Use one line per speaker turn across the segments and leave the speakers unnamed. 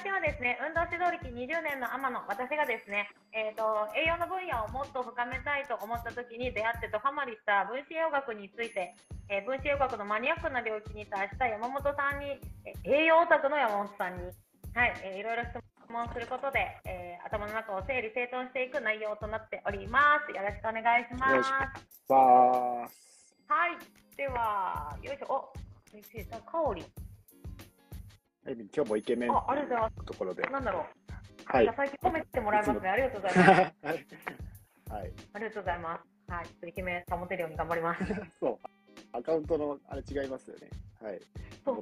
私はですね、運動指導歴20年の天野、私がですね、栄養の分野をもっと深めたいと思った時に出会ってドハマりした分子栄養学について、分子栄養学のマニアックな領域に達した山本さんに、栄養オタクの山本さんに、はい、いろいろ質問することで、頭の中を整理整頓していく内容となっております。よろしくお願いします。
よろしくお願いします。
はい、では、よいしょ、お、香り。
今日もイケメンっていうところで。
なんだろう。
はい。
最近褒めてもらいますね。ありがとうございます。はい。
あり
がとうございます。はい。イケメン保てるように頑張ります。
そう。アカウントのあれ違いますよね。はい。
そう。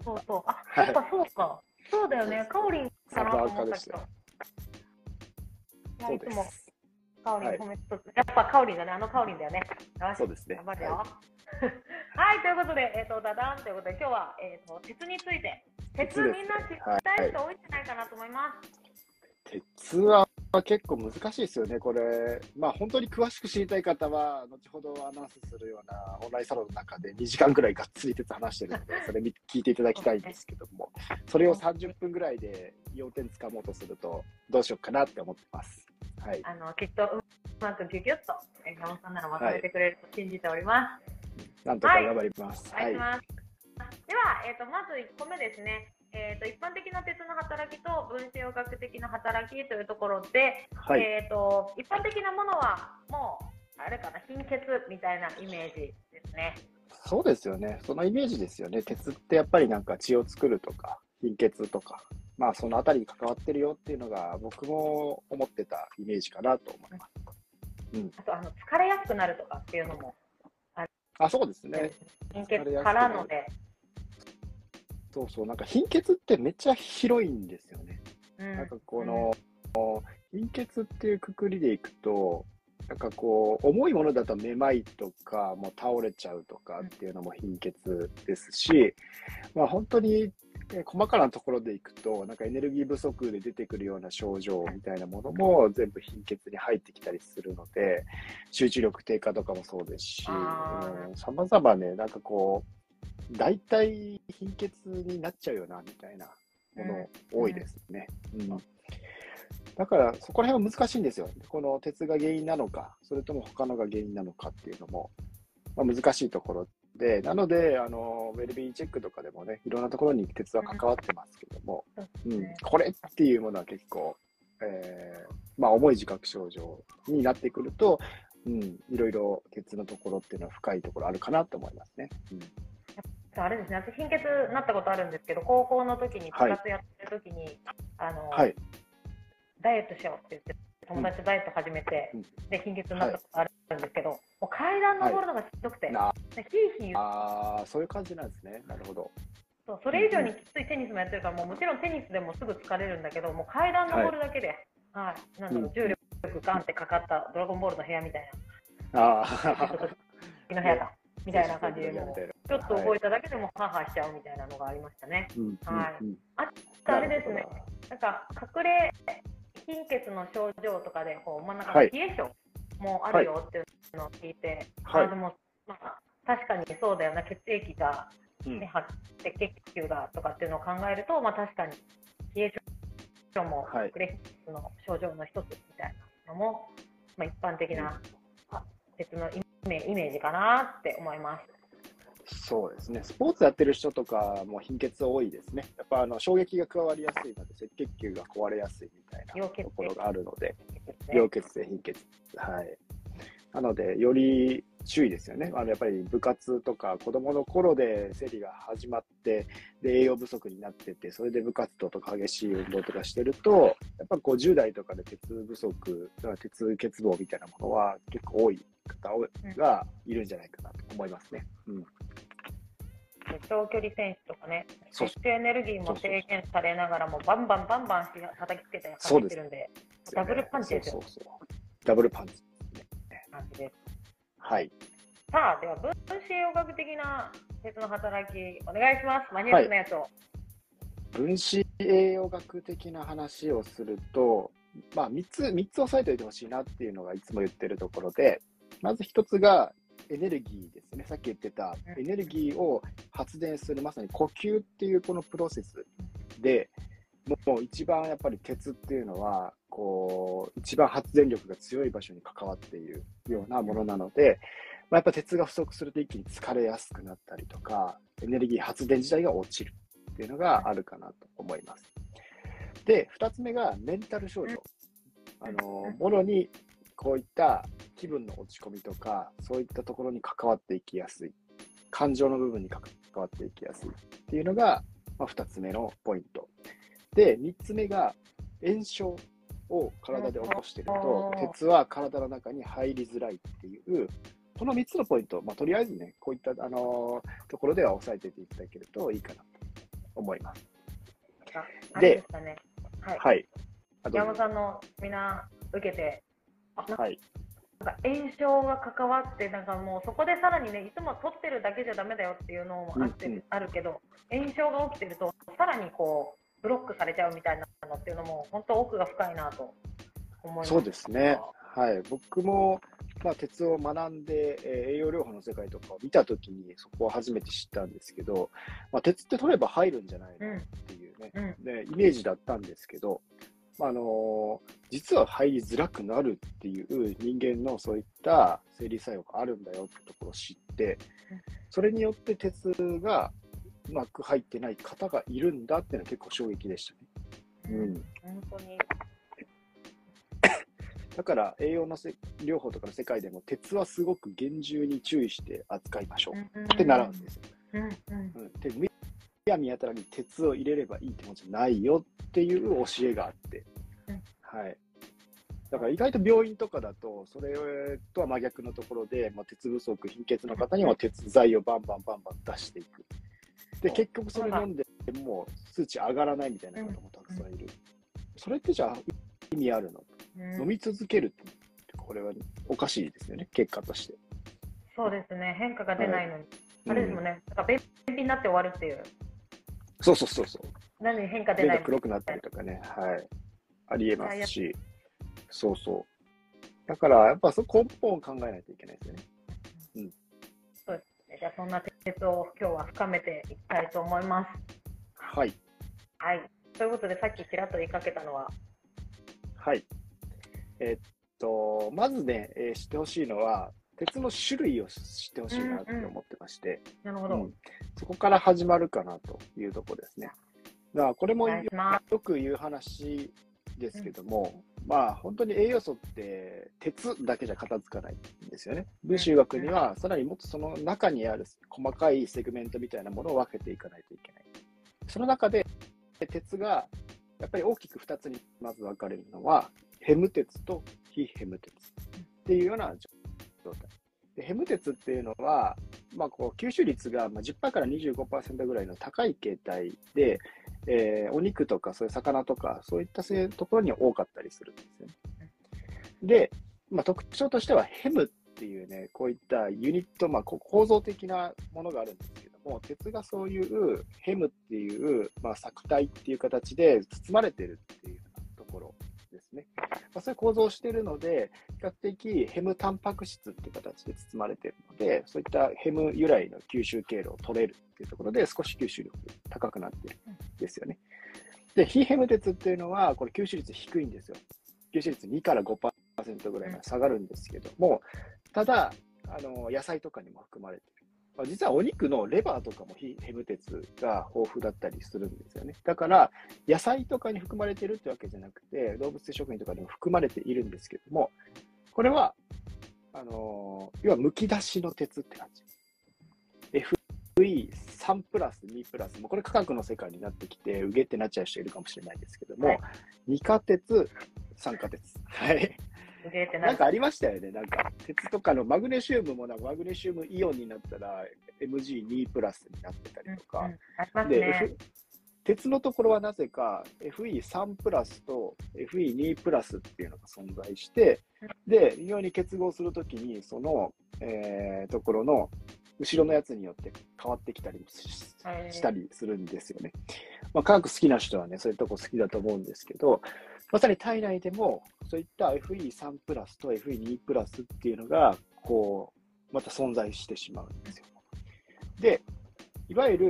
あ、そうか。そうだよね。かおりんかなと思ったけど。いつもかおりん褒めて、やっぱかおりんだね。かおりんだよね。
そうですね。
頑張るよ。はい、ということで、ダダンということで、今日は、鉄について。鉄みんな知りたい人多いんじゃないかなと思います。
鉄は結構難しいですよね、これ。本当に詳しく知りたい方は、後ほどアナウンスするようなオンラインサロンの中で2時間ぐらいがっつり鉄話してるので、それ聞いていただきたいんですけども、それを30分ぐらいで要点つかもうとすると、どうしようかなって思ってます。はい。
きっとうまくギュギュッと、山本さんならまとめてくれると信じております。
なんとか頑張ります。
はい。では、まず1個目ですね。一般的な鉄の働きと分子栄養学的な働きというところで、一般的なものはもうあれかな、貧血みたいなイメージですね。
そうですよね。そのイメージですよね。鉄ってやっぱりなんか血を作るとか貧血とか、そのあたりに関わってるよっていうのが僕も思ってたイメージかなと思います。
あと疲れやすくなるとかっていうのも
そうですね。
貧血からので。
そう、なんか貧血ってめっちゃ広いんですよね。なんかこの、貧血っていうくくりでいくと、なんか重いものだとめまいとか、もう倒れちゃうとかっていうのも貧血ですし、本当に細かなところでいくと、なんかエネルギー不足で出てくるような症状みたいなものも全部貧血に入ってきたりするので、集中力低下とかもそうですし、様々ね、なんか大体貧血になっちゃうよなみたいなもの多いですね。だからそこら辺は難しいんですよ。この鉄が原因なのか、それとも他のが原因なのかっていうのも、難しいところで、なのでウェルビーチェックとかでもね、いろんなところに鉄は関わってますけども、これっていうものは結構、重い自覚症状になってくると、いろいろ鉄のところっていうのは深いところあるかなと思いますね。
あれですね、私貧血になったことあるんですけど、高校の時に部活やってる時に、ダイエットしようって言って友達とダイエット始めて、で貧血になったことあるんですけど、もう階段登るのがしんどくて、
そういう感じなんですね。なるほど。
それ以上にきついテニスもやってるから、もちろんテニスでもすぐ疲れるんだけど、もう階段登るだけで、重力ガンってかかったドラゴンボールの部屋みたいな、の部屋かみたいな感じで、もうちょっと動いただけでもハーハーしちゃうみたいなのがありましたね。あとあれですね、なんか隠れ貧血の症状とかで真ん中の冷え性もあるよっていうのを聞いて、でも確かにそうだよな、血液が、赤血球がとかっていうのを考えると、確かに冷え性も隠れ貧血の症状の一つみたいなのも、一般的な鉄のイメージかなって思います。
そうですね。スポーツやってる人とかも貧血多いですね。やっぱ衝撃が加わりやすいので、赤血球が壊れやすいみたいなところがあるので、溶血性貧血。なので、より注意ですよね。やっぱり部活とか子供の頃で生理が始まって、で、栄養不足になってて、それで部活動とか激しい運動とかしてると、やっぱ50代とかで鉄不足、鉄欠乏みたいなものは結構多い方がいるんじゃないかなと思いますね。
長距離選手とかね、摂取エネルギーも制限されながらもバンバン叩きつけて走ってるんで、ダブルパンチですよ。
ダブルパンチ
です。
さ
あ、では分子栄養学的な鉄の働きお願いします。マニアックなやつを。
分子栄養学的な話をすると、3つ押さえておいてほしいなっていうのがいつも言ってるところで、まず1つがエネルギーですね。さっき言ってたエネルギーを発電する、まさに呼吸っていうこのプロセスで、 もう一番やっぱり鉄っていうのは、こう、一番発電力が強い場所に関わっているようなものなので、まあ、やっぱ鉄が不足すると一気に疲れやすくなったりとか、エネルギー発電自体が落ちるっていうのがあるかなと思います。で、二つ目がメンタル症状。ものにこういった気分の落ち込みとか、そういったところに関わっていきやすい。感情の部分に関わっていきやすいっていうのが、まあ、2つ目のポイント。で、3つ目が炎症を体で起こしていると、鉄は体の中に入りづらいっていう、この3つのポイント、まあ、とりあえずね、こういった、ところでは押さえていただけるといいかなと思います。
で、
はい。
山本さんのみんな受けて、
はい。
なんか炎症が関わって、なんかもうそこでさらにね、いつも取ってるだけじゃダメだよっていうのもあるけど、炎症が起きてると、さらにこう、ブロックされちゃうみたいなのっていうのも、本当奥が深いなと思います。
そうですね。はい。僕も、まあ、鉄を学んで、栄養療法の世界とかを見たときに、そこを初めて知ったんですけど、まあ、鉄って取れば入るんじゃないのっていうね、で、イメージだったんですけど、実は入りづらくなるっていう人間のそういった生理作用があるんだよってところを知って、それによって鉄がうまく入ってない方がいるんだっていうのは結構衝撃でしたね。
本当に。
だから栄養の療法とかの世界でも鉄はすごく厳重に注意して扱いましょうって習うんですよ。で、むやみやたらに鉄を入れればいいってもんじゃないよっていう教えがあって、はい。だから意外と病院とかだとそれとは真逆のところで、まあ、鉄不足貧血の方には鉄剤をバンバン出していく。で結局それ飲んでも数値上がらないみたいな方もたくさんいる。それってじゃあ意味あるの？飲み続けるってこれはおかしいですよね、結果として。
そうですね、変化が出ないのに、あれですもんね、便秘になって終わるっていう。
そう。
何変化出ないの？
目が黒くなったりとかね、はい、ありえますし、そう。だからやっぱそ根本を考えないといけないですよね。
そうですね。じゃあそんな鉄を今日は深めていきたいと思います。
はい。
はい。ということでさっきちらっと言いかけたのは。
はい。まずね、知ってほしいのは、鉄の種類を知ってほしいなって思ってまして、
なるほど、
そこから始まるかなというところですね。だからこれもよく言う話ですけども、まあ本当に栄養素って鉄だけじゃ片付かないんですよね。分子学にはさらにもっとその中にある細かいセグメントみたいなものを分けていかないといけない。その中で鉄がやっぱり大きく2つにまず分かれるのは、ヘム鉄と非ヘム鉄っていうような状態。でヘム鉄っていうのは、まあ、こう吸収率が 10% から 25% ぐらいの高い形態で、お肉とかそういう魚とかそういったところに多かったりするんですよね。で、まあ、特徴としてはヘムっていうね、こういったユニット、まあ、構造的なものがあるんですけども、鉄がそういうヘムっていう、まあ、鎖体っていう形で包まれてるっていうところですね。まあ、そういう構造をしているので、比較的ヘムタンパク質っていう形で包まれているので、そういったヘム由来の吸収経路を取れるっていうところで、少し吸収力高くなっているんですよね。で、非ヘム鉄っていうのは、これ吸収率低いんですよ。吸収率2から 5% ぐらいまで下がるんですけども、ただ、野菜とかにも含まれている。実はお肉のレバーとかも非ヘム鉄が豊富だったりするんですよね。だから、野菜とかに含まれているってわけじゃなくて、動物性食品とかにも含まれているんですけども、これは、要は剥き出しの鉄って感じ。FE3 プラス2プラス、もうこれ価格の世界になってきて、うげってなっちゃう人いるかもしれないですけども、はい、2価鉄、3価鉄。はい。なんかありましたよね。なんか、鉄とかのマグネシウムもマグネシウムイオンになったら MG2 プラスになってたりとか。で、鉄のところはなぜか FE3 プラスと FE2 プラスっていうのが存在して、で、非常に結合するときに、その、ところの後ろのやつによって変わってきたりしたりするんですよね。まあ、科学好きな人はね、そういうとこ好きだと思うんですけど、まさに体内でもそういった FE3 プラスと FE2 プラスっていうのが、こう、また存在してしまうんですよ。で、いわゆる、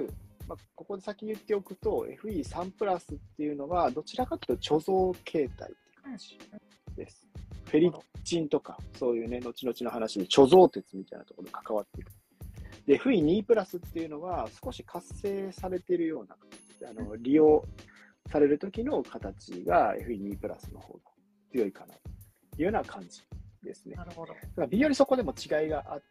まあ、ここで先言っておくと、FE3 プラスっていうのは、どちらかというと貯蔵形態っていう感じです。フェリチンとか、そういうね、後々の話に貯蔵鉄みたいなところに関わっていく。で、FE2 プラスっていうのは、少し活性されているような形で、利用される時の形が FE2 プラスの方が強いかなというような感じですね。
なるほど。だ
から微妙にそこでも違いがあって、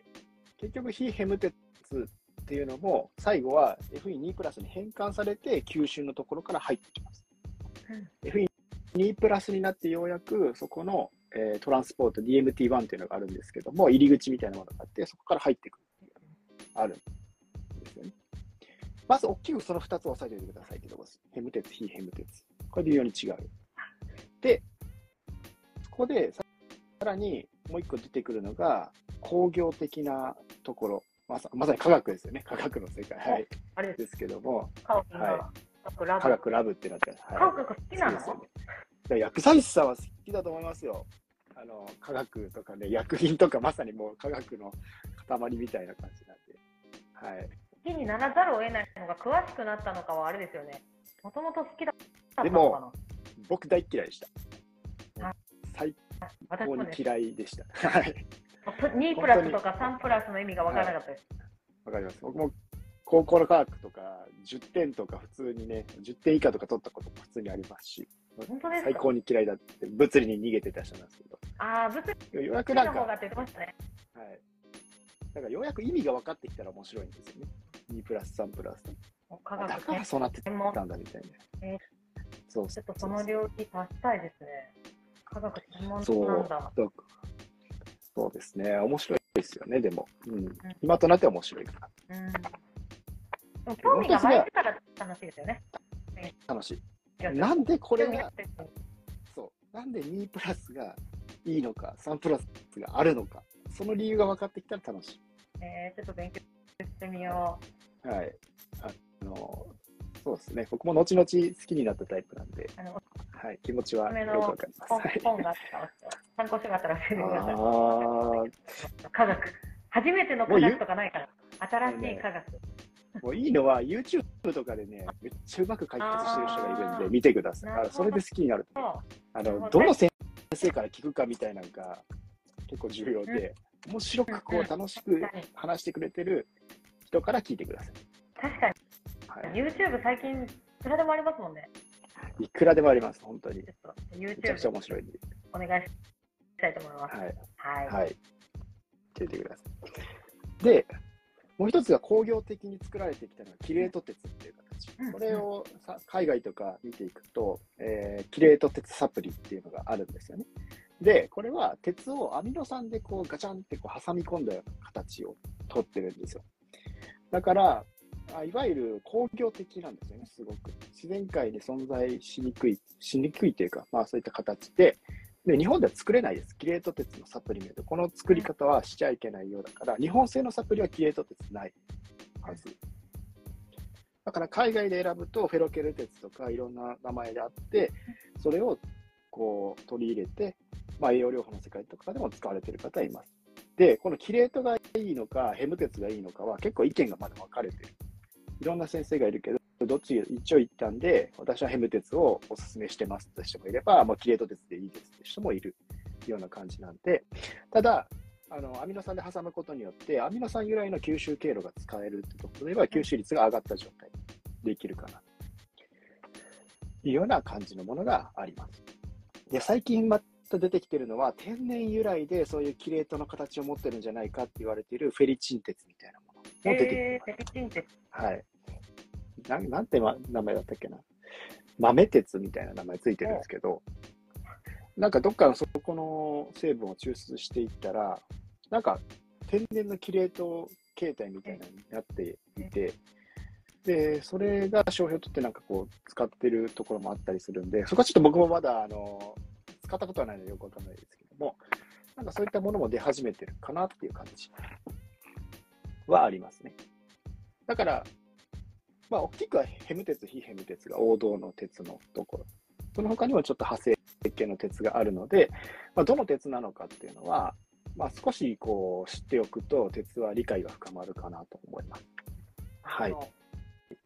結局非ヘム鉄っていうのも最後は FE2 プラスに変換されて吸収のところから入ってきます。FE2 プラスになってようやくそこの、トランスポート DMT1 っていうのがあるんですけども、入り口みたいなものがあってそこから入ってくるっていうのがあるんですよね。まず大きくその2つを押さえておいてくださいけど、ヘム鉄、非ヘム鉄。これ微妙に違う。で、そこでさらにもう一個出てくるのが工業的なところ。まさに科学ですよね。科学の世界、はい、
あれ
ですけども、
はい、科学
ラブってなってます。
科学好きなの？
薬剤師さんは好きだと思いますよ。科学とかね、薬品とかまさにもう科学の塊みたいな感じなんで。はい。
好きにならざるを得ないのが詳しくなったのかはあれですよね。もともと好きだったのかな。
でも、僕大嫌いでした。最
高
に嫌いでした。はい。
2プラスとか3プラスの意味が分からなかったです。
わかります。僕も高校の科学とか10点とか普通にね、10点以下とか取ったことも普通にありますし、
本当ですか？
最高に嫌いだって、物理に逃げてた人なんですけど。
物理
ようやくなんか、
の方がって言ってましたね。
はい。なんかようやく意味が分かってきたら面白いんですよね。2プラス3プラス。
科学
だからそうなってたんだみたいな。
そうちょっとその領域達したいですね。科学専門なんだ。
そうですね。面白いですよね、でも。今となっては面白いかな。
でも興味が湧いてたら楽しいですよね。
楽しい。なんでこれが、なんで2プラスがいいのか、3プラスがあるのか、その理由が分かってきたら楽しい。
ちょっと勉強してみよ
う。はい。そうですね。僕も後々好きになったタイプなんで、はい、気持ちはよくわかります。
本があったら、参考書があったら教えてください。科学。初めての科学とかないから。新しい科学。
もういいのは YouTube とかでね、めっちゃうまく解説してる人がいるんで、見てください。それで好きになる。どの先生から聞くかみたいなのが結構重要で、面白くこう楽しく話してくれてる人から聞いてください。
確かに。YouTube 最近いくらでもありますもんね。
いくらでもあります、本当に。
め
ちゃくちゃ面白いんで。
お願いしたいと思います。
はい。聞いてください。で、もう一つが工業的に作られてきたのがキレート鉄っていう形。これを海外とか見ていくと、キレート鉄サプリっていうのがあるんですよね。で、これは鉄をアミノ酸でこうガチャンってこう挟み込んだような形をとってるんですよ。だから、いわゆる工業的なんですよね、すごく。自然界で存在しにくいというか、そういった形で、日本では作れないです。キレート鉄のサプリメント。この作り方はしちゃいけないようだから、日本製のサプリはキレート鉄ないはず。だから海外で選ぶと、フェロケル鉄とかいろんな名前であって、それをこう取り入れて、栄養療法の世界とかでも使われている方います。で、このキレートがいいのか、ヘム鉄がいいのかは結構意見がまだ分かれている。いろんな先生がいるけど、どっち一応一旦で、私はヘム鉄をお勧めしてますって人もいれば、キレート鉄でいいですって人もいるような感じなんで、ただ、アミノ酸で挟むことによって、アミノ酸由来の吸収経路が使えるってことでは、吸収率が上がった状態にできるかなというような感じのものがあります。で、最近また出てきてるのは、天然由来でそういうキレートの形を持ってるんじゃないかって言われているフェリチン鉄みたいなものも出てきてます。
フェリチン鉄。
はい。なんて名前だったっけな。豆鉄みたいな名前ついてるんですけど、なんかどっかのそこの成分を抽出していったら、なんか天然のキレート形態みたいなのになっていて、で、それが商標取ってなんかこう使ってるところもあったりするんで、そこはちょっと僕もまだ使ったことはないのでよくわかんないですけども、なんかそういったものも出始めてるかなっていう感じはありますね。だから、大きくはヘム鉄、非ヘム鉄が王道の鉄のところ。その他にもちょっと派生系の鉄があるので、どの鉄なのかっていうのは、少しこう知っておくと鉄は理解が深まるかなと思います。はい。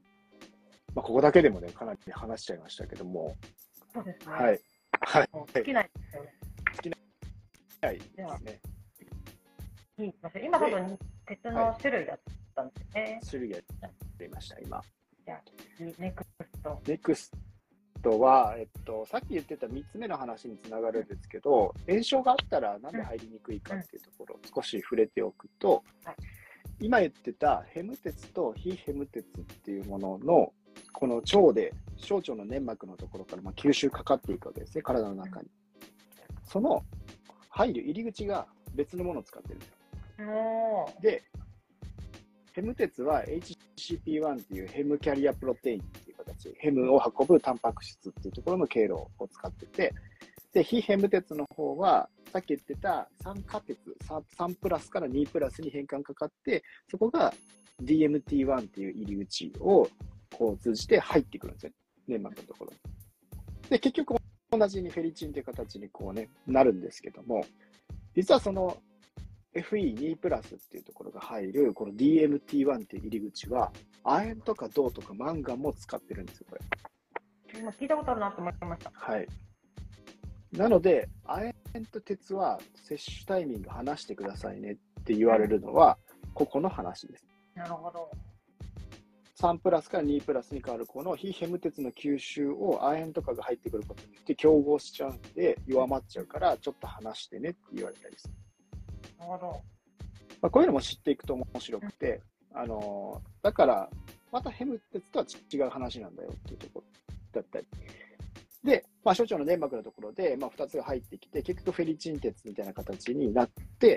まあ、ここだけでもね、かなり話しちゃいましたけども。
そうですね。
はい。はい。
尽きないですよね。
尽きないですね。
今多分鉄の種類だったんですね。
種類が出ました、今。
じゃあ、ネクスト。
ネクストは、さっき言ってた3つ目の話につながるんですけど、炎症があったらなんで入りにくいかっていうところを少し触れておくと、今言ってたヘム鉄と非ヘム鉄っていうものの、この腸の粘膜のところから吸収かかっていくわけですね、体の中に。その入り口が別のものを使ってるんですよ。で、ヘム鉄は HCP1 っていうヘムキャリアプロテインっていう形、ヘムを運ぶタンパク質っていうところの経路を使ってて、で、非ヘム鉄の方は、さっき言ってた酸化鉄、3プラスから2プラスに変換かかって、そこが DMT1 っていう入り口をこう通じて入ってくるんですよ。粘膜のところに。で、結局同じにフェリチンという形にこうね、なるんですけども、実はその FE2 プラスっていうところが入る、この DMT1 っていう入り口は、亜鉛とか銅とかマンガンも使ってるんですよ、これ。
今聞いたことあるなと思いました。
はい。なので、亜鉛と鉄は摂取タイミング離してくださいねって言われるのは、ここの話です。
なるほど。
3プラスから2プラスに変わるこの非ヘム鉄の吸収を亜鉛とかが入ってくることによって競合しちゃうんで弱まっちゃうからちょっと離してねって言われたりする。
なるほど。
まあ、こういうのも知っていくと面白くて、だからまたヘム鉄とは違う話なんだよっていうところだったり。で、まあ、小腸の粘膜のところで、まあ、2つが入ってきて、結局フェリチン鉄みたいな形になって、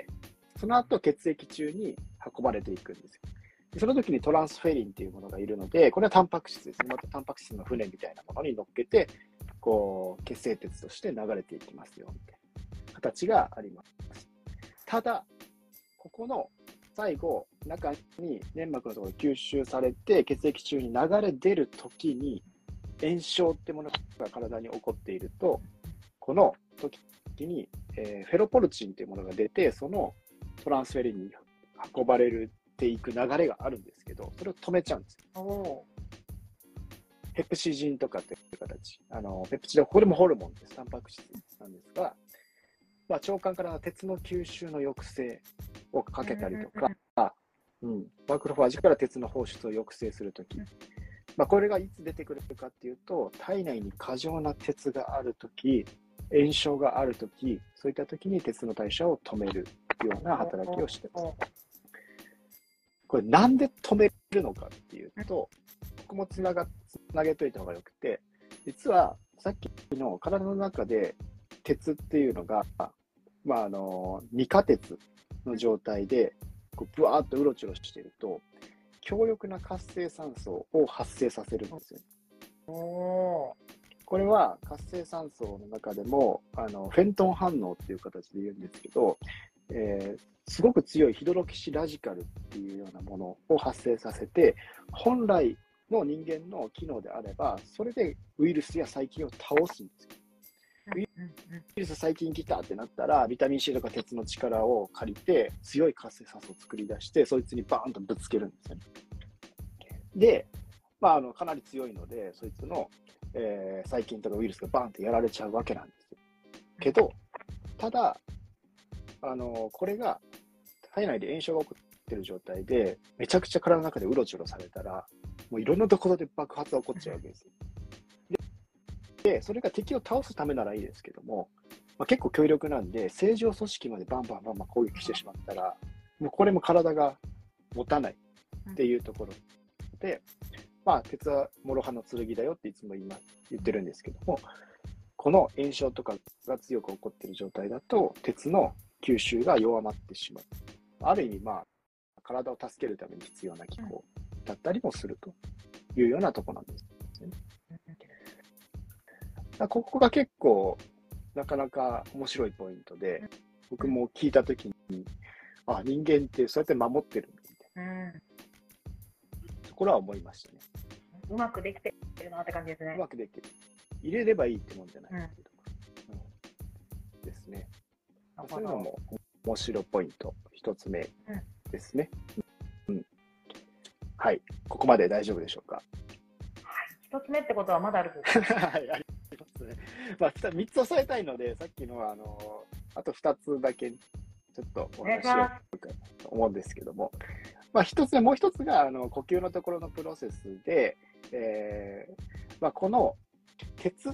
その後血液中に運ばれていくんですよ。その時にトランスフェリンっていうものがいるので、これはタンパク質ですね。またタンパク質の船みたいなものに乗っけて、こう、血清鉄として流れていきますよ、みたいな形があります。ただ、ここの最後、中に粘膜のところに吸収されて、血液中に流れ出る時に、炎症ってものが体に起こっていると、この時に、フェロポルチンっていうものが出て、そのトランスフェリンに運ばれるっていく流れがあるんですけど、それを止めちゃうんですよ。ペプシジンとかっていう形。ペプチド、これもホルモンです。タンパク質なんですが、まあ、腸管からの鉄の吸収の抑制をかけたりとか、マクロファージから鉄の放出を抑制するとき、まあ、これがいつ出てくるかっていうと、体内に過剰な鉄があるとき、炎症があるとき、そういったときに鉄の代謝を止めるような働きをしています。これなんで止めるのかっていうと、僕もつなげといた方がよくて、実はさっきの体の中で鉄っていうのが、まあ、未可鉄の状態でこうブワーッとうろちょろしていると、強力な活性酸素を発生させるんですよ。これは活性酸素の中でもフェントン反応っていう形で言うんですけど、すごく強いヒドロキシラジカルっていうようなものを発生させて、本来の人間の機能であれば、それでウイルスや細菌を倒すんですよ。ウイルス細菌来たってなったら、ビタミン C とか鉄の力を借りて、強い活性酸素を作り出して、そいつにバーンとぶつけるんですよね。で、まあ、かなり強いので、そいつの、細菌とかウイルスがバーンってやられちゃうわけなんですよ。けど、ただ、これが体内で炎症が起こっている状態で、めちゃくちゃ体の中でうろちょろされたら、もういろんなところで爆発が起こっちゃうわけですよ。で、それが敵を倒すためならいいですけども、まあ、結構強力なんで、正常組織までバンバン攻撃してしまったら、もうこれも体が持たないっていうところで、まあ、鉄は諸刃の剣だよっていつも言ってるんですけども、この炎症とかが強く起こっている状態だと、鉄の吸収が弱まってしまう。ある意味、まあ、体を助けるために必要な機構だったりもするというようなところなんですね。ここが結構、なかなか面白いポイントで、僕も聞いたときに、あ、人間ってそうやって守ってるんだみたいなところは思いましたね。
うまくできてるなって感じですね。
うまくできてる。入れればいいってもんじゃないっていうところ、ですね。そういうのも面白いポイント、一つ目ですね。はい。ここまで大丈夫でしょうか。
一つ目ってことはまだある
はい、ありますね。まあ、3つ押さえたいので、さっきのあと2つだけちょっとお話ししようかと思うんですけども、まあ、もう一つが呼吸のところのプロセスで、まあ、この鉄って、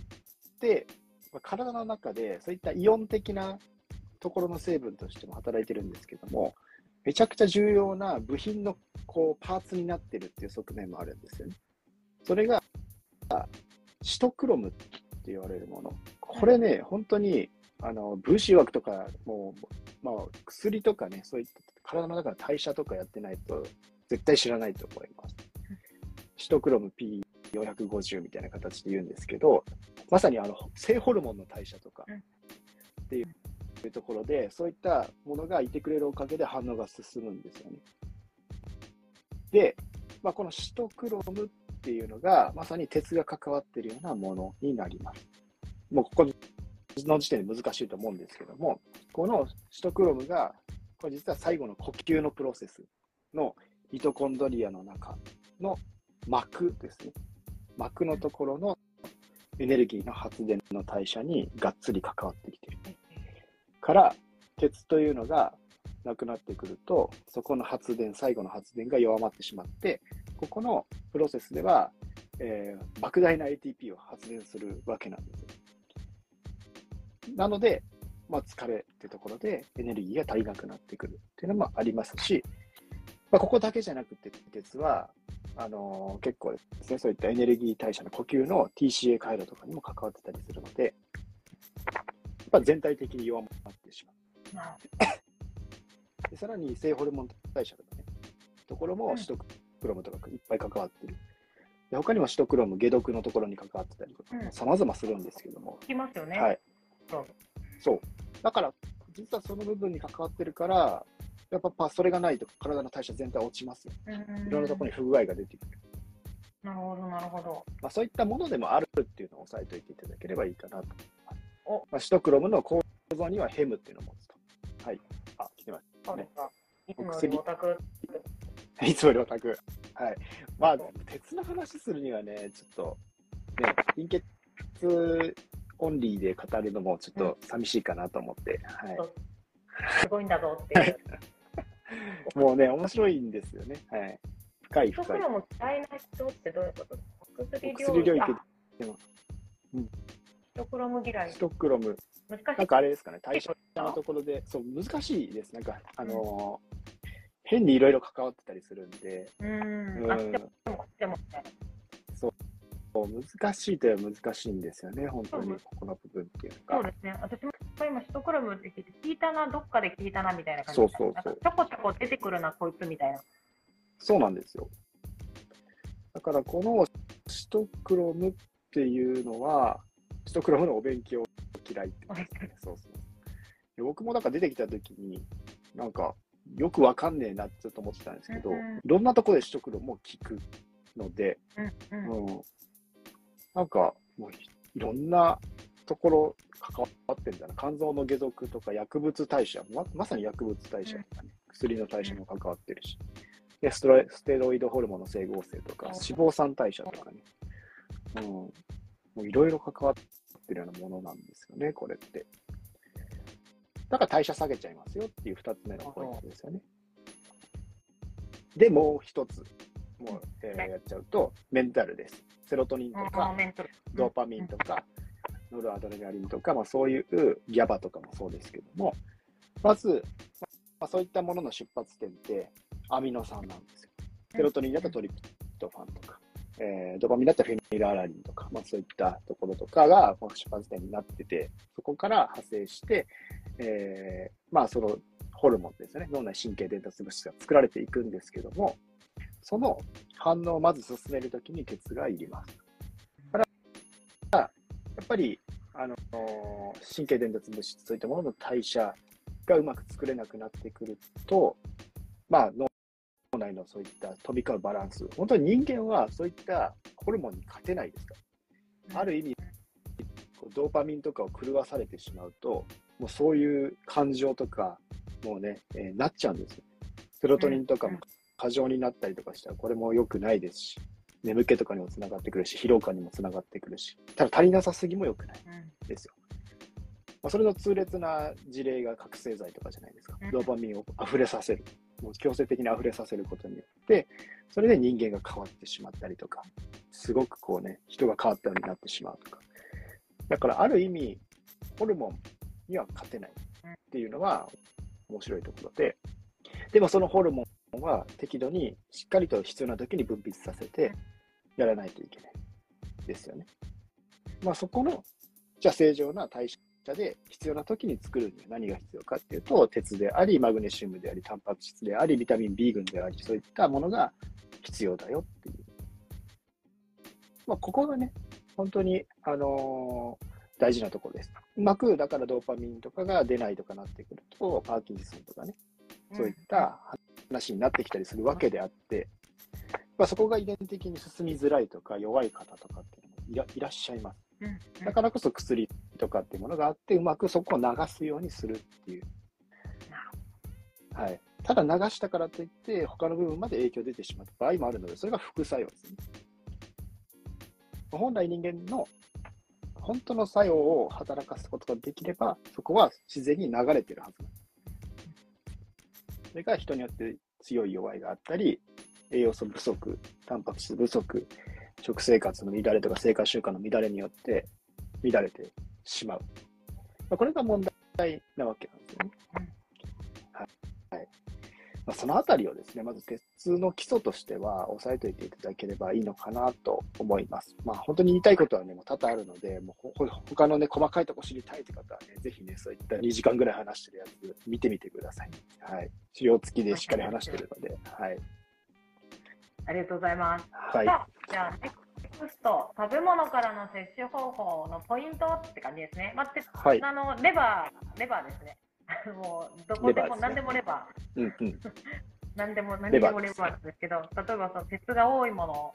体の中でそういったイオン的なところの成分としても働いてるんですけども、めちゃくちゃ重要な部品のパーツになってるっていう側面もあるんですよね。それがシトクロムって言われるもの。これね、本当に分子枠とかもう、まあ、薬とかね、そういった体の中の代謝とかやってないと絶対知らないと思います。シトクロム P450 みたいな形で言うんですけど、まさに性ホルモンの代謝とかっていうところで、そういったものがいてくれるおかげで反応が進むんですよね。で、まあ、このシトクロムっていうのがまさに鉄が関わっているようなものになります。もうここの時点で難しいと思うんですけども、このシトクロムがこれ実は最後の呼吸のプロセスのミトコンドリアの中の膜ですね。膜のところのエネルギーの発電の代謝にがっつり関わってきているから、鉄というのがなくなってくると、そこの最後の発電が弱まってしまって、ここのプロセスでは、莫大な ATP を発電するわけなんですよ。なので、まあ、疲れってところでエネルギーが足りなくなってくるっていうのもありますし、まあ、ここだけじゃなくて、鉄は結構ですね、そういったエネルギー代謝の呼吸の TCA 回路とかにも関わってたりするので、やっぱ全体的に弱まってしまう。でさらに性ホルモン代謝とかね、ところもシトクロムとかいっぱい関わってる。で他にもシトクロム、解毒のところに関わってたりとか、様々するんですけども。
聞きますよね。
はい。そう。だから、実はその部分に関わってるから、やっぱそれがないと体の代謝全体落ちますよ。いろんなところに不具合が出てくる。
なるほど、なるほど。
まあ、そういったものでもあるっていうのを押さえておいていただければいいかなと思います。まあ、シトクロムの構造にはヘムっていうのを持つと。はい。あ、来てましたね。
いつもよりオタク。
いつもよりオタク。はい。まあ、鉄の話するにはね、ちょっと、ね、貧血オンリーで語るのもちょっと寂しいかなと思って。はい。
すごいんだぞっていう。
もうね、面白いんですよね。はい。深い。シ
トクロム嫌いな人ってどういうことですか？
薬領域でも。
シトクロム嫌い。
シトクロム。
難しい。
なんかあれですかね、代謝のところで、そう、難しいです。なんか、変にいろいろ関わってたりするんで。
でも
そう。難しいとは難しいんですよね、本当に、ここの部分っていうのが。
そうですね。私も今、シトクロムって聞いたな、どっかで聞いたなみたいな感じ
で。
そう。ちょこちょこ出てくるな、こいつみたいな。そう
なんですよ。だから、このシトクロムっていうのは、シトクロムのお勉強嫌いってことですね。そう。で僕もなんか出てきたときに、なんか、よくわかんねえなってちょっと思ってたんですけど、いろんなところでシトクロムを聞くので、なんか、もういろんなところ関わってるんだな。肝臓の解毒とか薬物代謝、まさに薬物代謝とかね、薬の代謝も関わってるし、でステロイドホルモンの整合性とか、脂肪酸代謝とかね、もういろいろ関わってるようなものなんですよね、これって。だから代謝下げちゃいますよっていう2つ目のポイントですよね。で、もう一つ、やっちゃうと、メンタルです。セロトニンとか、ドーパミンとか、ノルアドレナリンとか、そういうギャバとかもそうですけども、まず、そういったものの出発点ってアミノ酸なんですよ。セロトニンだとトリプトファンとか、ドーパミンだとフェニルアラニンとか、そういったところとかが出発点になってて、そこから派生して、そのホルモンですよね、脳内神経伝達物質が作られていくんですけども、その反応をまず進めるときに鉄がいります。だから、やっぱり、神経伝達物質、そういったものの代謝がうまく作れなくなってくると、脳内のそういった飛び交うバランス、本当に人間はそういったホルモンに勝てないですから。ある意味、ドーパミンとかを狂わされてしまうと、もうそういう感情とか、もうね、なっちゃうんですよ。セロトニンとかも過剰になったりとかしたらこれも良くないですし、 眠気とかにもつながってくるし、疲労感にもつながってくるし、ただ足りなさすぎも良くないですよ。それの痛烈な事例が覚醒剤とかじゃないですか。ドーパミンを溢れさせる。もう強制的に溢れさせることによって、それで人間が変わってしまったりとか、すごくこうね、人が変わったようになってしまうとか。だからある意味、ホルモンには勝てないっていうのは面白いところで、でもそのホルモンは適度にしっかりと必要な時に分泌させてやらないといけないですよね。そこの、じゃあ正常な代謝で必要な時に作るには何が必要かっていうと、鉄であり、マグネシウムであり、タンパク質であり、ビタミン B 群であり、そういったものが必要だよっていう。ここがね、本当に、大事なところです。うまく、だからドーパミンとかが出ないとかなってくると、パーキンソンとかね、そういった話になってきたりするわけであって、そこが遺伝的に進みづらいとか、弱い方とかっていうのもいらっしゃいます。だからこそ薬とかっていうものがあって、うまくそこを流すようにするっていう。はい。ただ流したからといって、他の部分まで影響出てしまう場合もあるので、それが副作用ですね。本来人間の本当の作用を働かすことができれば、そこは自然に流れてるはずなんです。それが人によって強い弱いがあったり、栄養素不足、タンパク質不足、食生活の乱れとか生活習慣の乱れによって乱れてしまう。これが問題なわけなんですよね。はい。そのあたりをですね、まず鉄の基礎としては押さえておいていただければいいのかなと思います。本当に言いたいことはね、もう多々あるので、もう他のね、細かいところ知りたいという方はね、ぜひね、そういった2時間ぐらい話してるやつ見てみてください。はい。資料付きでしっかり話してるので、はい。
ありがとうございます。
はい。
じゃあ、ネクスト、食べ物からの摂取方法のポイントって感じですね。
はい、
レバーですね。もう、どこでも、何でもレバー。何でもレバーですけど、例えばその鉄が多いものを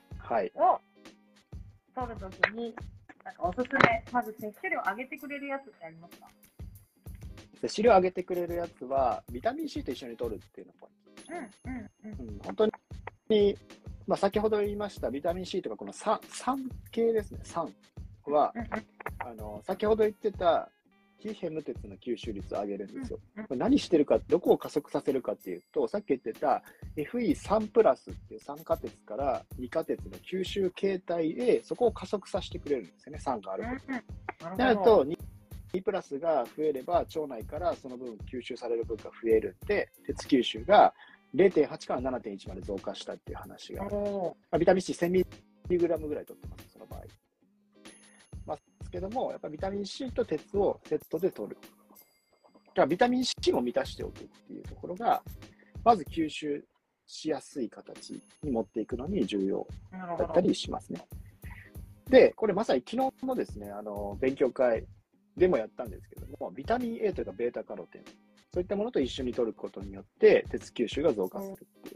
取るときに、なんかおすすめ、まず摂取量上げてくれるやつってありますか？
摂取量上げてくれるやつは、ビタミン C と一緒に取るっていうのがポイントです。本当に、先ほど言いましたビタミン C とかこの酸系ですね、酸は、先ほど言ってた非ヘム鉄の吸収率を上げるんですよ。何してるか、どこを加速させるかっていうと、さっき言ってた Fe3 プラスっていう酸化鉄から2価鉄の吸収形態で、そこを加速させてくれるんですよね、酸があること。なると、2プラスが増えれば、腸内からその分吸収される分が増えるんで、鉄吸収が 0.8 から 7.1 まで増加したっていう話がある。ビタミン C1000mg ぐらい取ってます、その場合。ですけども、やっぱりビタミン C と鉄をセットで取る。だからビタミン C も満たしておくっていうところが、まず吸収しやすい形に持っていくのに重要だったりしますね。で、これまさに昨日のですね、勉強会でもやったんですけども、ビタミン A というかベータカロテン、そういったものと一緒に取ることによって、鉄吸収が増加するっていう、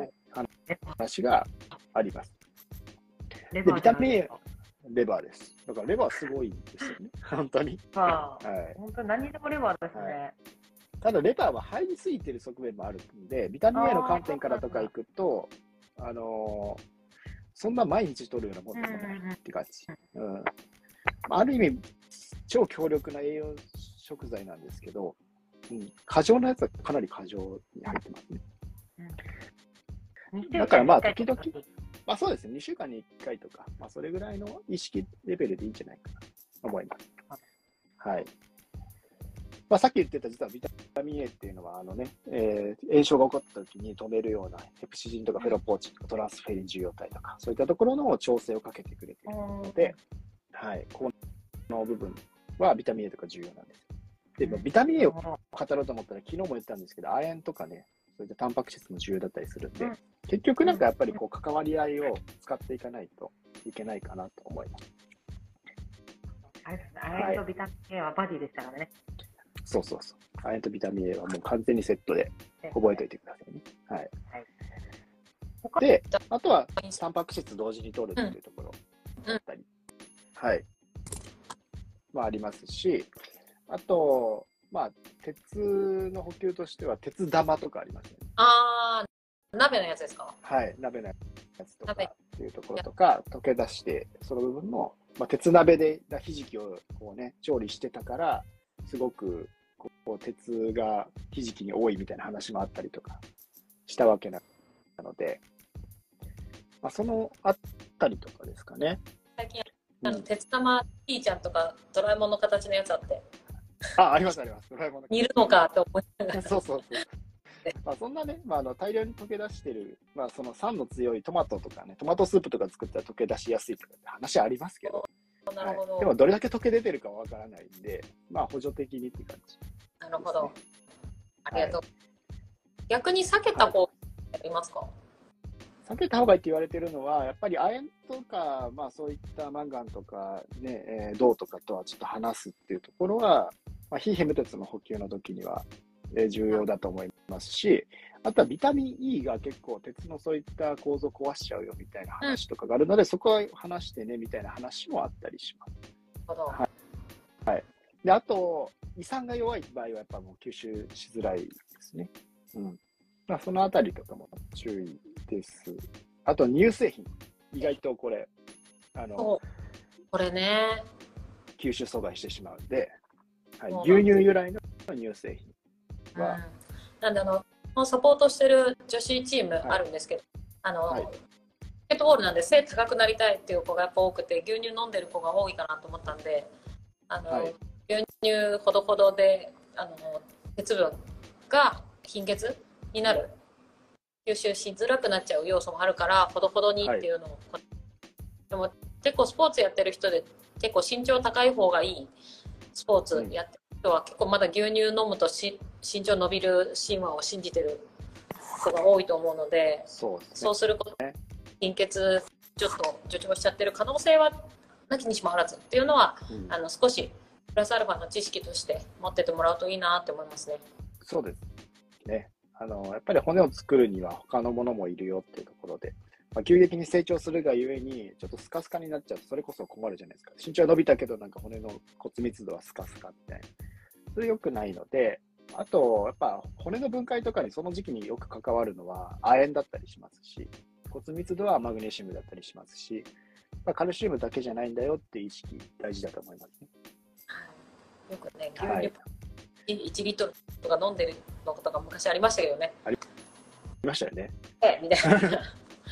話があります。で、ビタミン A、レバーです。だからレバーすごいんですよね。本当に。
はい。本当に何でもレバーですね。
ただレバーは入りすぎてる側面もあるんで、ビタミン A の観点からとかいくと、そんな毎日取るようなものでもないって感じ。ある意味、超強力な栄養食材なんですけど、過剰なやつはかなり過剰に入ってますね。だから時々、そうですね、2週間に1回とか、それぐらいの意識レベルでいいんじゃないかなと思います。はい。さっき言ってた実はビタミン A っていうのは、炎症が起こった時に止めるようなヘプシジンとかフェロポーチンとかトランスフェリン受容体とか、そういったところの調整をかけてくれているので、はい、この部分はビタミン A とか重要なんです。で、ビタミン A を語ろうと思ったら、昨日も言ったんですけど、亜鉛とかね、そういったタンパク質も重要だったりするんで、結局やっぱり関わり合いを使っていかないといけないかなと思います。
あれですね、亜鉛とビタミン A はバディでしたからね。
そう。亜鉛とビタミン A はもう完全にセットで覚えておいてくださいね。はい。で、あとはタンパク質同時に取るっていうところだったり、はい。ありますし、あと、鉄の補給としては鉄玉とかありますよね。
鍋のやつですか？
はい、鍋のやつとかっていうところとか、溶け出して、その部分も、鉄鍋でひじきをこうね、調理してたから、すごくこう鉄がひじきに多いみたいな話もあったりとかしたわけなので、そのあたりとかですかね。
最近、鉄玉ピーちゃんとかドラえもんの形のやつあって。
ありますあります。ドラえもんの。
煮るのかと思いながら。
そうそうそう。そんなね、大量に溶け出してる、その酸の強いトマトとかね、トマトスープとか作ったら溶け出しやすいとかって話ありますけど、
なるほど。
でもどれだけ溶け出てるかわからないんで、補助的にって感じ、ね。
なるほど。ありがとう。逆に避けた方ありますか？
避けた方がいいって言われてるのは、やっぱり亜鉛とか、そういったマンガンとか、ね、銅とかとはちょっと離すっていうところは、非ヘム鉄の補給の時には重要だと思いますし、あとはビタミン E が結構鉄のそういった構造を壊しちゃうよみたいな話とかがあるので、そこは話してねみたいな話もあったりします。はい。で、あと、胃酸が弱い場合はやっぱもう吸収しづらいですね。そのあたりとかも注意です。あと乳製品、意外とこれ
これね、
吸収阻害してしまうので、牛乳由来の乳製品は、
なんでサポートしてる女子チームあるんですけど、バスケットボールなんで背高くなりたいっていう子がやっぱ多くて、牛乳飲んでる子が多いかなと思ったんで、牛乳ほどほどで鉄分が貧血になる、吸収しづらくなっちゃう要素もあるからほどほどにっていうのを、でも結構スポーツやってる人で結構身長高い方がいいスポーツやってる人は結構まだ牛乳飲むと身長伸びる神話を信じてる人が多いと思うので、そうすることで貧血ちょっと助長しちゃってる可能性はなきにしもあらずっていうのは、少しプラスアルファの知識として持っててもらうといいなって思いますね。
そうですね。やっぱり骨を作るには他のものもいるよっていうところで、急激に成長するがゆえにちょっとスカスカになっちゃうとそれこそ困るじゃないですか。身長は伸びたけどなんか骨の骨密度はスカスカみたいな。それ良くないので、あとやっぱ骨の分解とかにその時期によく関わるのは亜鉛だったりしますし、骨密度はマグネシウムだったりしますし、カルシウムだけじゃないんだよっていう意識大事だと思いますね。
よくね、牛乳1リットルとか飲んでるのとか昔ありましたけどね。
ありましたよね。
みたいな。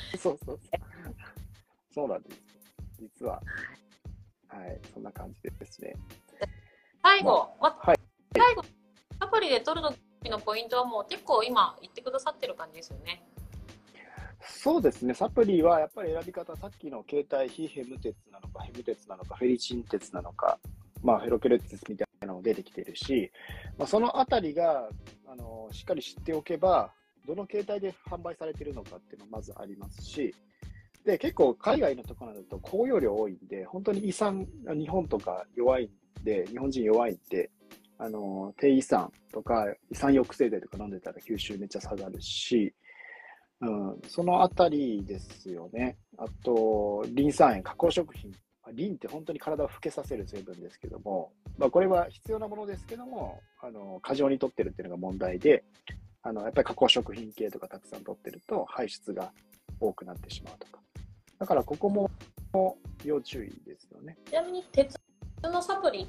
そうなんです。実は。そんな感じですね。
最後、サプリで取る時のポイントはもう結構今言ってくださってる感じですよね。
そうですね。サプリはやっぱり選び方、さっきの形態、非ヘム鉄なのか、ヘム鉄なのか、フェリチン鉄なのか、フェロケル鉄みたいなのも出てきてるし、そのあたりがしっかり知っておけば、どの形態で販売されているのかっていうのもまずありますし、で結構海外のところだと高容量多いんで、本当に胃酸、日本とか弱いんで、日本人弱いんで、低胃酸とか胃酸抑制剤とか飲んでたら吸収めっちゃ下がるし、そのあたりですよね。あと、リン酸塩、加工食品。リンって本当に体を老けさせる成分ですけども、これは必要なものですけども、過剰に取ってるっていうのが問題で、やっぱり加工食品系とかたくさん取ってると排出が多くなってしまうとか。だからここも要注意ですよね。
ちなみに鉄のサプリって、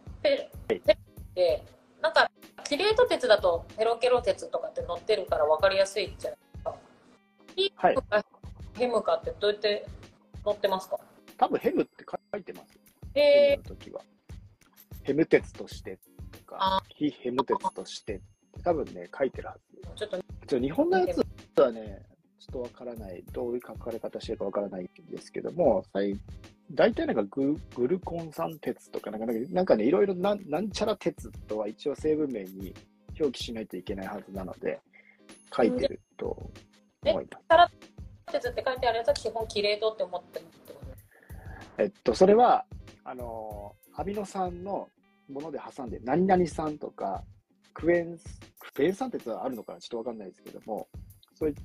なんかキレート鉄だとペロケロ鉄とかって載ってるから分かりやすいじゃないですか。ヒムかヘムかってどうやって載ってますか？
多分ヘムって書いてます。ヘムの時は。ヘム鉄としてとか、非ヘム鉄として多分ね、書いてるはず。ちょっと日本のやつはね、ちょっとわからない、どういう書かれ方してるかわからないんですけども、大体なんかグルコン酸鉄とか、なんかね、いろいろなんちゃら鉄とは一応成分名に表記しないといけないはずなので、書いてると思います。
鉄って書いてあるやつは基本キレートって思ってるって
こと？それは、アミノ酸のもので挟んで、何々酸とか、クエン酸鉄はあるのかなちょっとわかんないですけども、そういった、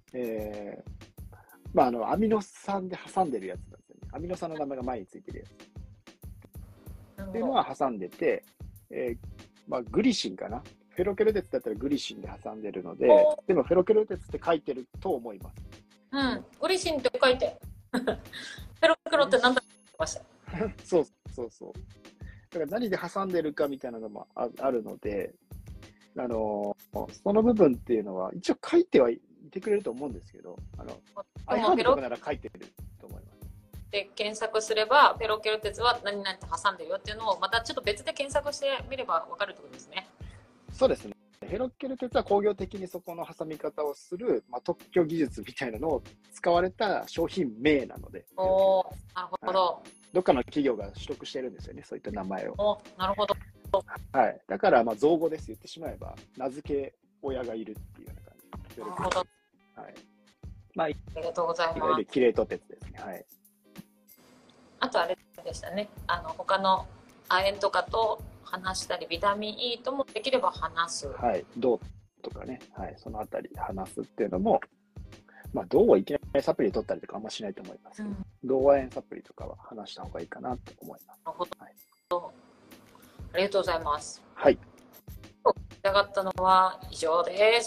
アミノ酸で挟んでるやつなんですよね。アミノ酸の名前が前についてるやつ。っていうのは挟んでて、グリシンかなフェロケル鉄だったらグリシンで挟んでるので、でもフェロケル鉄って書いてると思います。
うん、グリシンって書いて。フェロケルって何だって言ってました。
そうそうそう。だから何で挟んでるかみたいなのもあるので、その部分っていうのは一応書いてはいてくれると思うんですけど、iPad とかなら書いてると思います。
で検索すれば、フェロケル鉄は何々って挟んでるよっていうのをまたちょっと別で検索してみれば分かるってことですね。
そうですね。フェロケル鉄は工業的にそこの挟み方をする、特許技術みたいなのを使われた商品名なので。
おー、なるほど、
はい。どっかの企業が取得してるんですよね、そういった名前を。
お、なるほど。
はい。だから、造語です。言ってしまえば、名付け親がいるっていうような感じ。
なるほど。
はい。
ありがとうございます。
いわゆるキレート鉄ですね。はい。
あとあれでしたね。他の亜鉛とかと話したり、ビタミン E ともできれば話す。
はい。銅とかね。はい。そのあたり話すっていうのも、銅はいきなりサプリ取ったりとかあんましないと思いますけど、銅亜鉛サプリとかは話した方がいいかなと思います。
なるほど。
はい、
ありがとうございます。
はい。
伺ったのは以上です。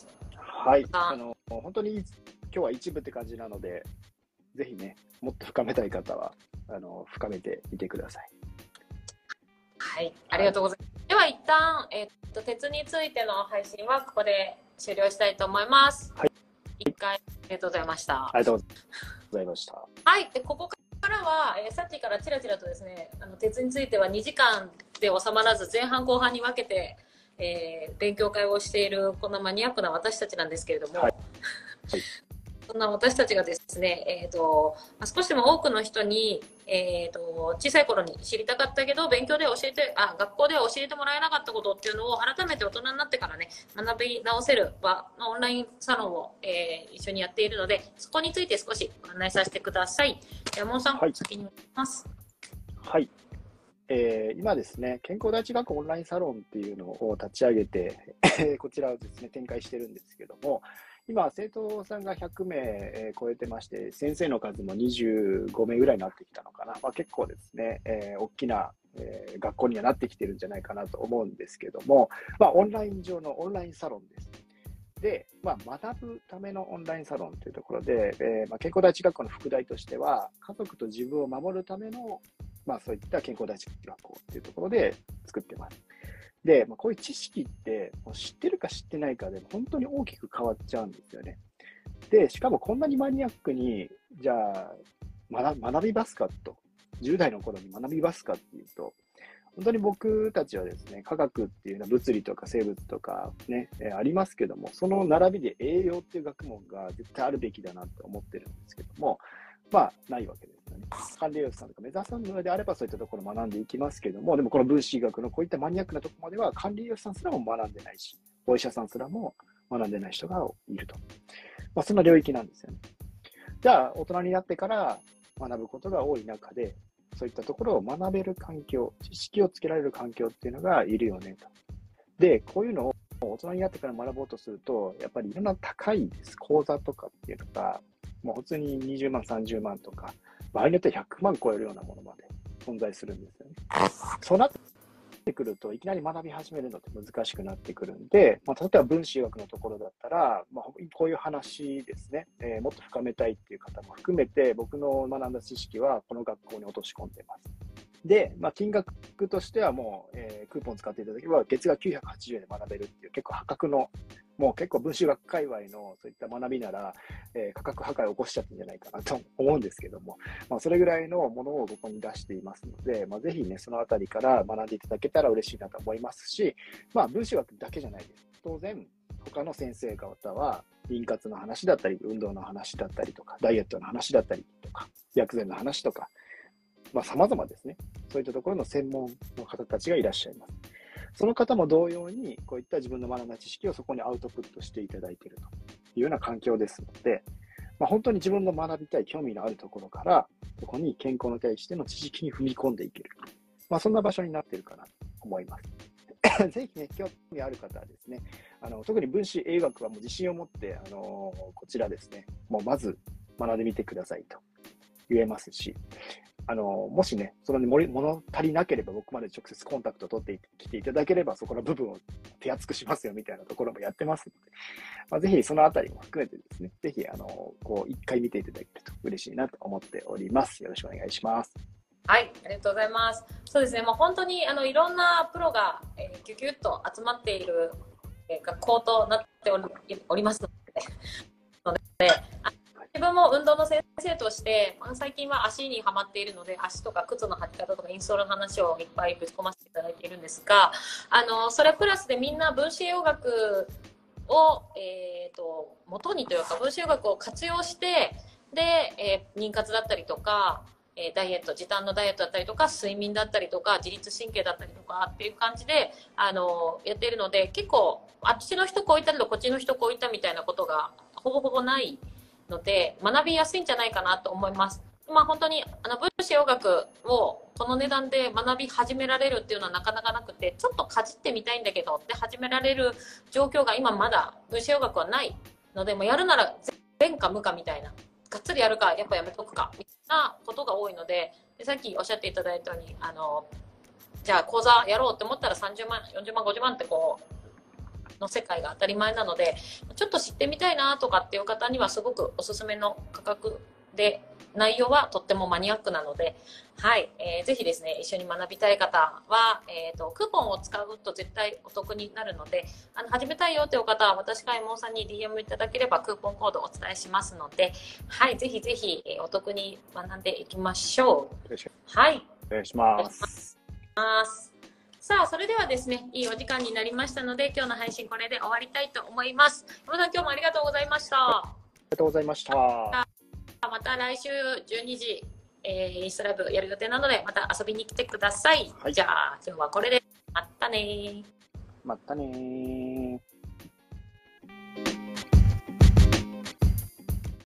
はい。本当に今日は一部って感じなので、ぜひね、もっと深めたい方は、深めてみてください。はい。
ありがとうございます。はい、では一旦、鉄についての配信はここで終了したいと思います。
はい。
一回ありがとうございました。
ありがとうございました。
はい。で、ここからは、さっきからちらちらとですね、鉄については2時間で収まらず、前半後半に分けて、勉強会をしているこんなマニアックな私たちなんですけれども、はいはい、そんな私たちがですね、少しでも多くの人に、小さい頃に知りたかったけど学校では教えてもらえなかったことっていうのを改めて大人になってからね、学び直せる場のオンラインサロンを、一緒にやっているので、そこについて少しご案内させてください。山本さん、はい、先にお願いします。
はい。今ですね、健康第一学校オンラインサロンっていうのを立ち上げて、こちらをですね、展開してるんですけども、今、生徒さんが100名超えてまして、先生の数も25名ぐらいになってきたのかな。結構ですね、大きな、学校にはなってきてるんじゃないかなと思うんですけども、オンライン上のオンラインサロンです。で、学ぶためのオンラインサロンというところで、健康第一学校の副題としては、家族と自分を守るためのそういった健康第一学校っていうところで作ってます。で、こういう知識って知ってるか知ってないかで本当に大きく変わっちゃうんですよね。で、しかもこんなにマニアックに、じゃあ、学びますかと、10代の頃に学びますかっていうと、本当に僕たちはですね、科学っていうのは物理とか生物とかね、ありますけども、その並びで栄養っていう学問が絶対あるべきだなと思ってるんですけども、ないわけですよね。管理栄養士さんとか目指すのであればそういったところを学んでいきますけども、でもこの分子医学のこういったマニアックなところまでは管理栄養士さんすらも学んでないし、お医者さんすらも学んでない人がいると。そんな領域なんですよね。じゃあ、大人になってから学ぶことが多い中で、そういったところを学べる環境、知識をつけられる環境っていうのがいるよねと。で、こういうのを大人になってから学ぼうとすると、やっぱりいろんな高い講座とかっていうのが、もう普通に20万、30万とか、場合によっては100万超えるようなものまで存在するんですよね。そうなってくると、いきなり学び始めるのって難しくなってくるんで、例えば分子医学のところだったら、こういう話ですね、もっと深めたいっていう方も含めて、僕の学んだ知識はこの学校に落とし込んでます。で、金額としてはもう、クーポン使っていただければ、月額980円で学べるっていう、結構破格の、もう結構分子学界隈のそういった学びなら、価格破壊を起こしちゃってるんじゃないかなと思うんですけども、それぐらいのものをここに出していますので、ぜひね、そのあたりから学んでいただけたら嬉しいなと思いますし、分子学だけじゃないです。当然、他の先生方は、妊活の話だったり、運動の話だったりとか、ダイエットの話だったりとか、薬膳の話とか、様々ですね。そういったところの専門の方たちがいらっしゃいます。その方も同様に、こういった自分の学んだ知識をそこにアウトプットしていただいているというような環境ですので、本当に自分の学びたい、興味のあるところから、そこに健康に対しての知識に踏み込んでいける。そんな場所になっているかなと思います。ぜひね、興味ある方はですね、特に分子栄学はもう自信を持って、こちらですね、もうまず学んでみてくださいと言えますし、 もしね、その物足りなければ僕まで直接コンタクトを取ってきていただければ、そこの部分を手厚くしますよみたいなところもやってますので、ぜひそのあたりも含めてですね、ぜひ、一回見ていただけると嬉しいなと思っております。よろしくお願いします。
はい、ありがとうございます。そうですね、もう本当にいろんなプロが、ギュギュッと集まっている、学校となっておりますので、自分も運動の先生として、最近は足にはまっているので、足とか靴の履き方とかインストールの話をいっぱいぶち込ませていただいているんですが、それプラスでみんな分子栄養学を、元にというか分子栄養学を活用して、で、妊活だったりとか、ダイエット、時短のダイエットだったりとか、睡眠だったりとか、自律神経だったりとかっていう感じで、やっているので、結構、あっちの人こういったけど、こっちの人こういったみたいなことがほぼほぼないので、学びやすいんじゃないかなと思います。本当に分子栄養学をこの値段で学び始められるっていうのはなかなかなくて、ちょっとかじってみたいんだけどって始められる状況が今まだ分子栄養学はないので、もうやるなら全か無かみたいな、がっつりやるかやっぱやめとくかみたいなことが多いので、さっきおっしゃっていただいたようにじゃあ講座やろうって思ったら30万40万50万ってこうの世界が当たり前なので、ちょっと知ってみたいなとかっていう方にはすごくおすすめの価格で、内容はとってもマニアックなので、はい、ぜひですね、一緒に学びたい方は、クーポンを使うと絶対お得になるので、始めたいよという方は、私かエモンさんに DM いただければクーポンコードをお伝えしますので、はい、ぜひぜひ、お得に学んでいきましょう。はい。
お願いします。
さあ、それではですね、いいお時間になりましたので、今日の配信これで終わりたいと思います。山田さん、今日もありがとうございました。
ありがとうございました。
また来週12時、インスタライブやる予定なので、また遊びに来てください。はい、じゃあ、今日はこれで、またね。
またね。